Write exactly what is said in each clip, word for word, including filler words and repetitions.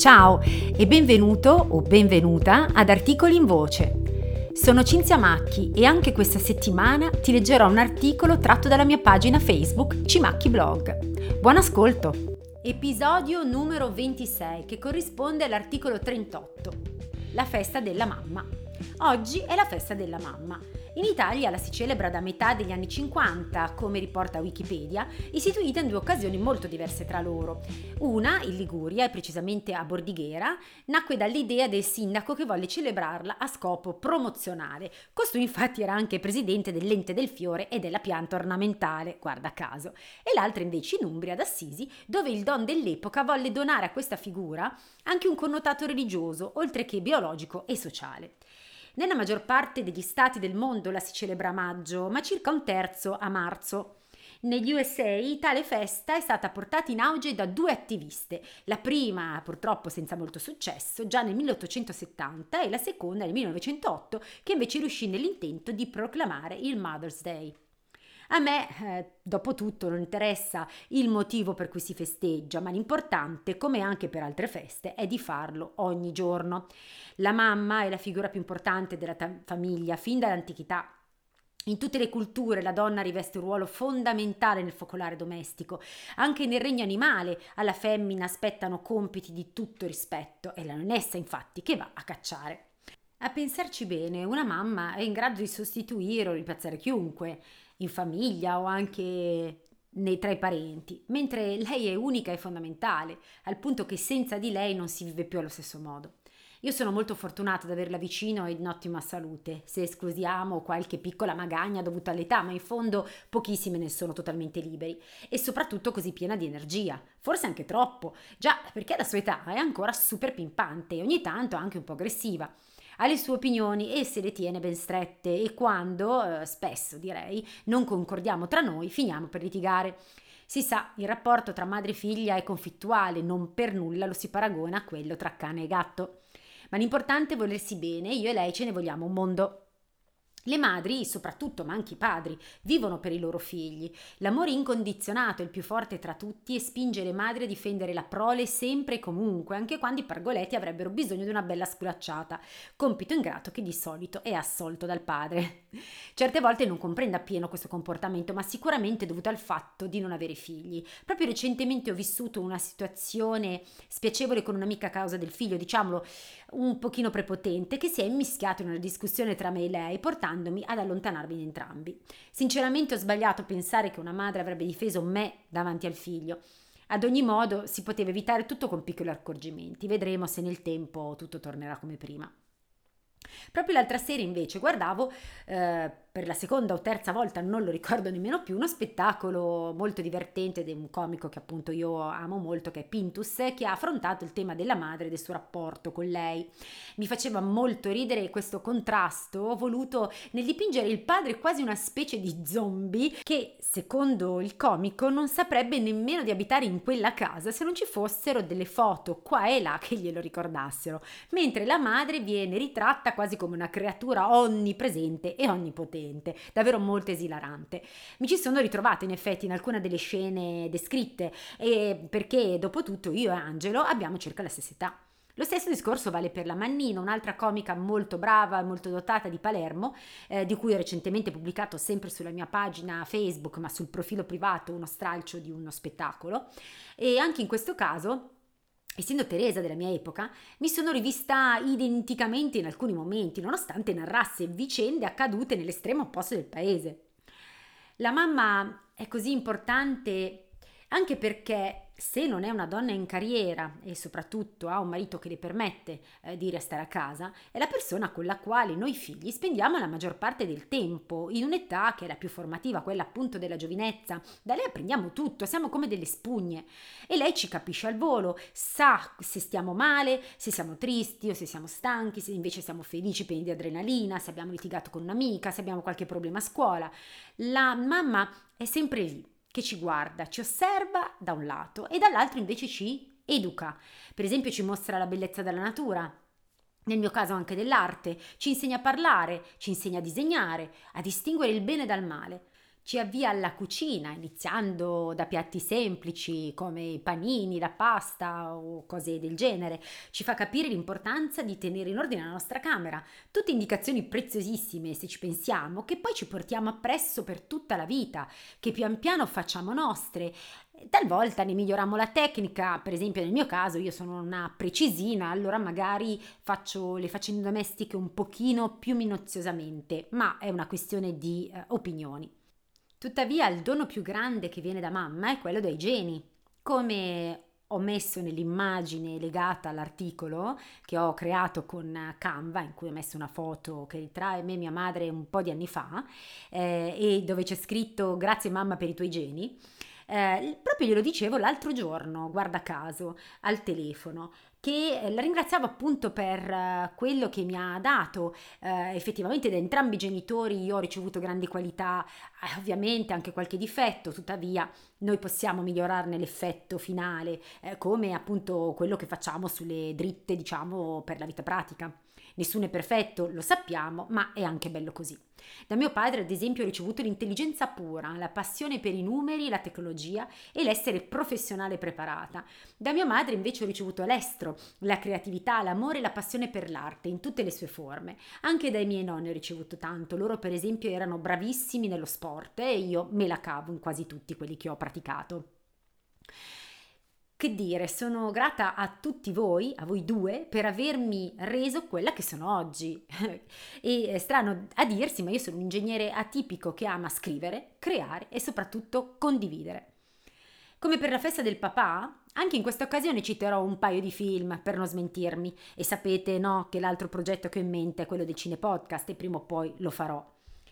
Ciao e benvenuto o benvenuta ad Articoli in Voce. Sono Cinzia Macchi e anche questa settimana ti leggerò un articolo tratto dalla mia pagina Facebook Cimacchi Blog. Buon ascolto! Episodio numero ventisei, che corrisponde all'articolo trentotto. La festa della mamma. Oggi è la festa della mamma. In Italia la si celebra da metà degli anni cinquanta, come riporta Wikipedia, istituita in due occasioni molto diverse tra loro. Una, in Liguria e precisamente a Bordighera, nacque dall'idea del sindaco che volle celebrarla a scopo promozionale. Costui infatti era anche presidente dell'Ente del Fiore e della pianta ornamentale, guarda caso. E l'altra invece in Umbria, ad Assisi, dove il don dell'epoca volle donare a questa figura anche un connotato religioso, oltre che biologico e sociale. Nella maggior parte degli stati del mondo la si celebra a maggio, ma circa un terzo a marzo. Negli U S A tale festa è stata portata in auge da due attiviste, la prima purtroppo senza molto successo già nel milleottocentosettanta e la seconda nel millenovecentootto, che invece riuscì nell'intento di proclamare il Mother's Day. A me, eh, dopo tutto, non interessa il motivo per cui si festeggia, ma l'importante, come anche per altre feste, è di farlo ogni giorno. La mamma è la figura più importante della ta- famiglia fin dall'antichità. In tutte le culture la donna riveste un ruolo fondamentale nel focolare domestico. Anche nel regno animale alla femmina aspettano compiti di tutto rispetto, è la nonnessa infatti che va a cacciare. A pensarci bene, una mamma è in grado di sostituire o rimpiazzare chiunque, in famiglia o anche nei, tra i parenti, mentre lei è unica e fondamentale, al punto che senza di lei non si vive più allo stesso modo. Io sono molto fortunata ad averla vicino e in ottima salute, se esclusiamo qualche piccola magagna dovuta all'età, ma in fondo pochissime ne sono totalmente liberi e soprattutto così piena di energia, forse anche troppo, già perché alla sua età è ancora super pimpante e ogni tanto anche un po' aggressiva. Ha le sue opinioni e se le tiene ben strette e quando, eh, spesso direi, non concordiamo tra noi, finiamo per litigare. Si sa, il rapporto tra madre e figlia è conflittuale, non per nulla lo si paragona a quello tra cane e gatto. Ma l'importante è volersi bene, io e lei ce ne vogliamo un mondo. Le madri, soprattutto, ma anche i padri, vivono per i loro figli. L'amore incondizionato è il più forte tra tutti e spinge le madri a difendere la prole sempre e comunque, anche quando i pargoletti avrebbero bisogno di una bella sculacciata, compito ingrato che di solito è assolto dal padre. Certe volte non comprende appieno questo comportamento, ma sicuramente è dovuto al fatto di non avere figli. Proprio recentemente ho vissuto una situazione spiacevole con un'amica a causa del figlio, diciamolo, un pochino prepotente, che si è immischiato in una discussione tra me e lei, portandomi ad allontanarmi di entrambi. Sinceramente ho sbagliato a pensare che una madre avrebbe difeso me davanti al figlio. Ad ogni modo si poteva evitare tutto con piccoli accorgimenti. Vedremo se nel tempo tutto tornerà come prima. Proprio l'altra sera invece guardavo, eh, per la seconda o terza volta, non lo ricordo nemmeno più, uno spettacolo molto divertente di un comico che appunto io amo molto, che è Pintus, che ha affrontato il tema della madre e del suo rapporto con lei. Mi faceva molto ridere questo contrasto voluto nel dipingere il padre quasi una specie di zombie che, secondo il comico, non saprebbe nemmeno di abitare in quella casa se non ci fossero delle foto qua e là che glielo ricordassero, mentre la madre viene ritratta quasi come una creatura onnipresente e onnipotente. Davvero molto esilarante. Mi ci sono ritrovata in effetti in alcune delle scene descritte, e perché dopo tutto io e Angelo abbiamo circa la stessa età. Lo stesso discorso vale per la Mannina, un'altra comica molto brava e molto dotata di Palermo, eh, di cui ho recentemente pubblicato sempre sulla mia pagina Facebook, ma sul profilo privato, uno stralcio di uno spettacolo. E anche in questo caso, essendo Teresa della mia epoca, mi sono rivista identicamente in alcuni momenti, nonostante narrasse vicende accadute nell'estremo opposto del paese. La mamma è così importante anche perché se non è una donna in carriera e soprattutto ha un marito che le permette eh, di restare a casa, è la persona con la quale noi figli spendiamo la maggior parte del tempo, in un'età che è la più formativa, quella appunto della giovinezza. Da lei apprendiamo tutto, siamo come delle spugne e lei ci capisce al volo, sa se stiamo male, se siamo tristi o se siamo stanchi, se invece siamo felici pieni di adrenalina, se abbiamo litigato con un'amica, se abbiamo qualche problema a scuola. La mamma è sempre lì, che ci guarda, ci osserva da un lato e dall'altro invece ci educa. Per esempio ci mostra la bellezza della natura, nel mio caso anche dell'arte, ci insegna a parlare, ci insegna a disegnare, a distinguere il bene dal male. Ci avvia alla cucina, iniziando da piatti semplici come i panini, la pasta o cose del genere. Ci fa capire l'importanza di tenere in ordine la nostra camera. Tutte indicazioni preziosissime, se ci pensiamo, che poi ci portiamo appresso per tutta la vita, che pian piano facciamo nostre. Talvolta ne miglioriamo la tecnica, per esempio nel mio caso io sono una precisina, allora magari faccio le faccende domestiche un pochino più minuziosamente, ma è una questione di eh, opinioni. Tuttavia il dono più grande che viene da mamma è quello dei geni. Come ho messo nell'immagine legata all'articolo che ho creato con Canva, in cui ho messo una foto che ritrae me e mia madre un po' di anni fa, eh, e dove c'è scritto grazie mamma per i tuoi geni. Eh, proprio glielo dicevo l'altro giorno, guarda caso, al telefono, che la ringraziavo appunto per eh, quello che mi ha dato. Eh, effettivamente da entrambi i genitori io ho ricevuto grandi qualità, eh, ovviamente anche qualche difetto, tuttavia noi possiamo migliorarne l'effetto finale, eh, come appunto quello che facciamo sulle dritte, diciamo, per la vita pratica. Nessuno è perfetto, lo sappiamo, ma è anche bello così. Da mio padre, ad esempio, ho ricevuto l'intelligenza pura, la passione per i numeri, la tecnologia e l'essere professionale preparata. Da mia madre, invece, ho ricevuto l'estro, la creatività, l'amore e la passione per l'arte in tutte le sue forme. Anche dai miei nonni ho ricevuto tanto. Loro, per esempio, erano bravissimi nello sport e io me la cavo in quasi tutti quelli che ho praticato. Che dire, sono grata a tutti voi, a voi due, per avermi reso quella che sono oggi. E è strano a dirsi, ma io sono un ingegnere atipico che ama scrivere, creare e soprattutto condividere. Come per la festa del papà, anche in questa occasione citerò un paio di film per non smentirmi. E sapete, no, che l'altro progetto che ho in mente è quello del Cinepodcast e prima o poi lo farò.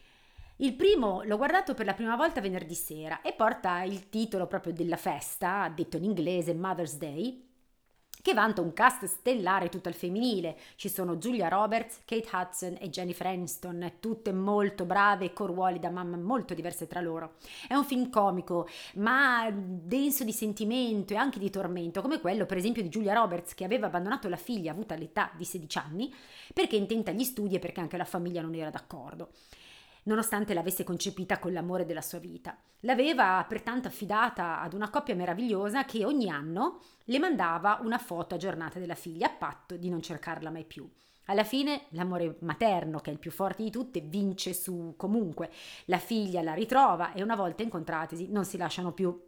Il primo l'ho guardato per la prima volta venerdì sera e porta il titolo proprio della festa, detto in inglese Mother's Day, che vanta un cast stellare tutto al femminile. Ci sono Julia Roberts, Kate Hudson e Jennifer Aniston, tutte molto brave, con ruoli da mamma molto diverse tra loro. È un film comico, ma denso di sentimento e anche di tormento, come quello per esempio di Julia Roberts, che aveva abbandonato la figlia avuta all'età di sedici anni perché intenta agli studi e perché anche la famiglia non era d'accordo, nonostante l'avesse concepita con l'amore della sua vita. L'aveva pertanto affidata ad una coppia meravigliosa che ogni anno le mandava una foto aggiornata della figlia, a patto di non cercarla mai più. Alla fine l'amore materno, che è il più forte di tutte, vince su comunque. La figlia la ritrova e una volta incontratisi non si lasciano più.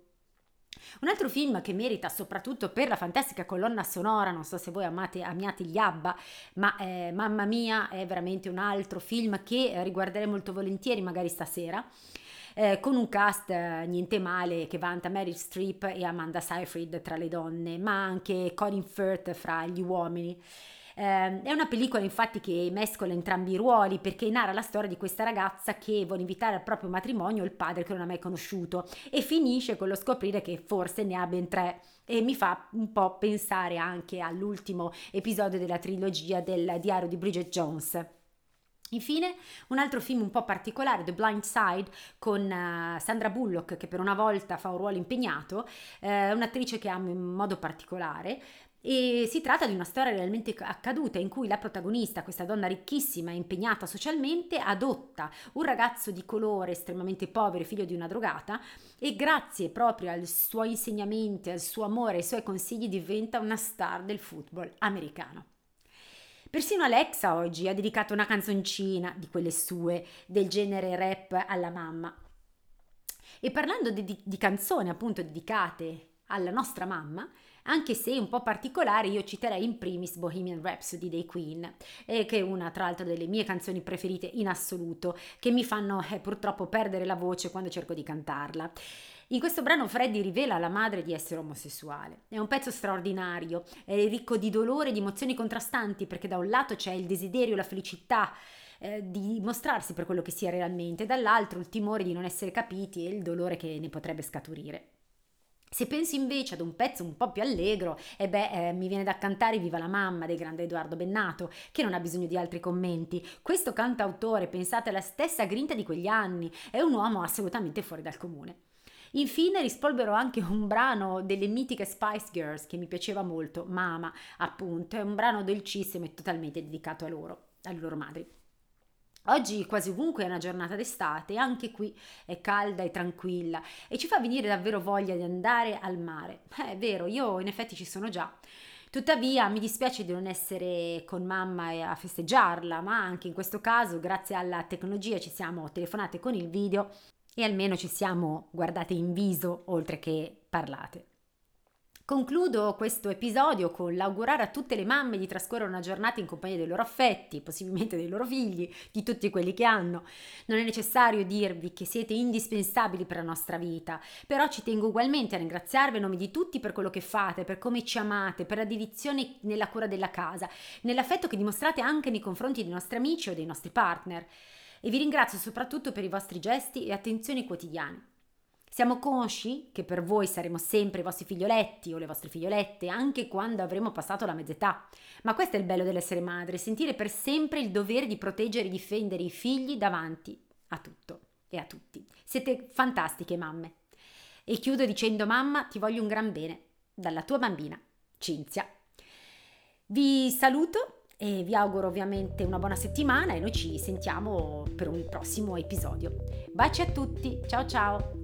Un altro film che merita soprattutto per la fantastica colonna sonora, non so se voi amate, amiate gli ABBA, ma eh, Mamma Mia è veramente un altro film che eh, riguarderei molto volentieri magari stasera, eh, con un cast eh, niente male che vanta Meryl Streep e Amanda Seyfried tra le donne, ma anche Colin Firth fra gli uomini. Eh, è una pellicola infatti che mescola entrambi i ruoli, perché narra la storia di questa ragazza che vuole invitare al proprio matrimonio il padre che non ha mai conosciuto e finisce con lo scoprire che forse ne ha ben tre, e mi fa un po' pensare anche all'ultimo episodio della trilogia del diario di Bridget Jones. Infine, un altro film un po' particolare, The Blind Side, con uh, Sandra Bullock, che per una volta fa un ruolo impegnato, eh, un'attrice che amo in modo particolare. E si tratta di una storia realmente accaduta in cui la protagonista, questa donna ricchissima e impegnata socialmente, adotta un ragazzo di colore estremamente povero, figlio di una drogata, e grazie proprio ai suoi insegnamenti, al suo amore, ai suoi consigli diventa una star del football americano. Persino Alexa oggi ha dedicato una canzoncina di quelle sue, del genere rap, alla mamma. E parlando di, di, di canzoni appunto dedicate alla nostra mamma, anche se un po' particolare, io citerei in primis Bohemian Rhapsody dei Queen, eh, che è una tra l'altro delle mie canzoni preferite in assoluto, che mi fanno eh, purtroppo perdere la voce quando cerco di cantarla. In questo brano Freddie rivela alla madre di essere omosessuale. È un pezzo straordinario, è ricco di dolore e di emozioni contrastanti, perché da un lato c'è il desiderio, la felicità eh, di mostrarsi per quello che sia realmente, dall'altro il timore di non essere capiti e il dolore che ne potrebbe scaturire. Se pensi invece ad un pezzo un po' più allegro, e beh, eh, mi viene da cantare Viva la mamma del grande Edoardo Bennato, che non ha bisogno di altri commenti. Questo cantautore, pensate, alla stessa grinta di quegli anni, è un uomo assolutamente fuori dal comune. Infine rispolverò anche un brano delle mitiche Spice Girls che mi piaceva molto, Mama, appunto, è un brano dolcissimo e totalmente dedicato a loro, alle loro madri. Oggi quasi ovunque è una giornata d'estate, anche qui è calda e tranquilla e ci fa venire davvero voglia di andare al mare. Eh, è vero, io in effetti ci sono già. Tuttavia mi dispiace di non essere con mamma e a festeggiarla, ma anche in questo caso, grazie alla tecnologia, ci siamo telefonate con il video e almeno ci siamo guardate in viso oltre che parlate. Concludo questo episodio con l'augurare a tutte le mamme di trascorrere una giornata in compagnia dei loro affetti, possibilmente dei loro figli, di tutti quelli che hanno. Non è necessario dirvi che siete indispensabili per la nostra vita, però ci tengo ugualmente a ringraziarvi a nome di tutti per quello che fate, per come ci amate, per la dedizione nella cura della casa, nell'affetto che dimostrate anche nei confronti dei nostri amici o dei nostri partner. E vi ringrazio soprattutto per i vostri gesti e attenzioni quotidiane. Siamo consci che per voi saremo sempre i vostri figlioletti o le vostre figliolette, anche quando avremo passato la mezz'età. Ma questo è il bello dell'essere madre, sentire per sempre il dovere di proteggere e difendere i figli davanti a tutto e a tutti. Siete fantastiche mamme. E chiudo dicendo: mamma, ti voglio un gran bene. Dalla tua bambina, Cinzia. Vi saluto e vi auguro ovviamente una buona settimana e noi ci sentiamo per un prossimo episodio. Baci a tutti, ciao ciao!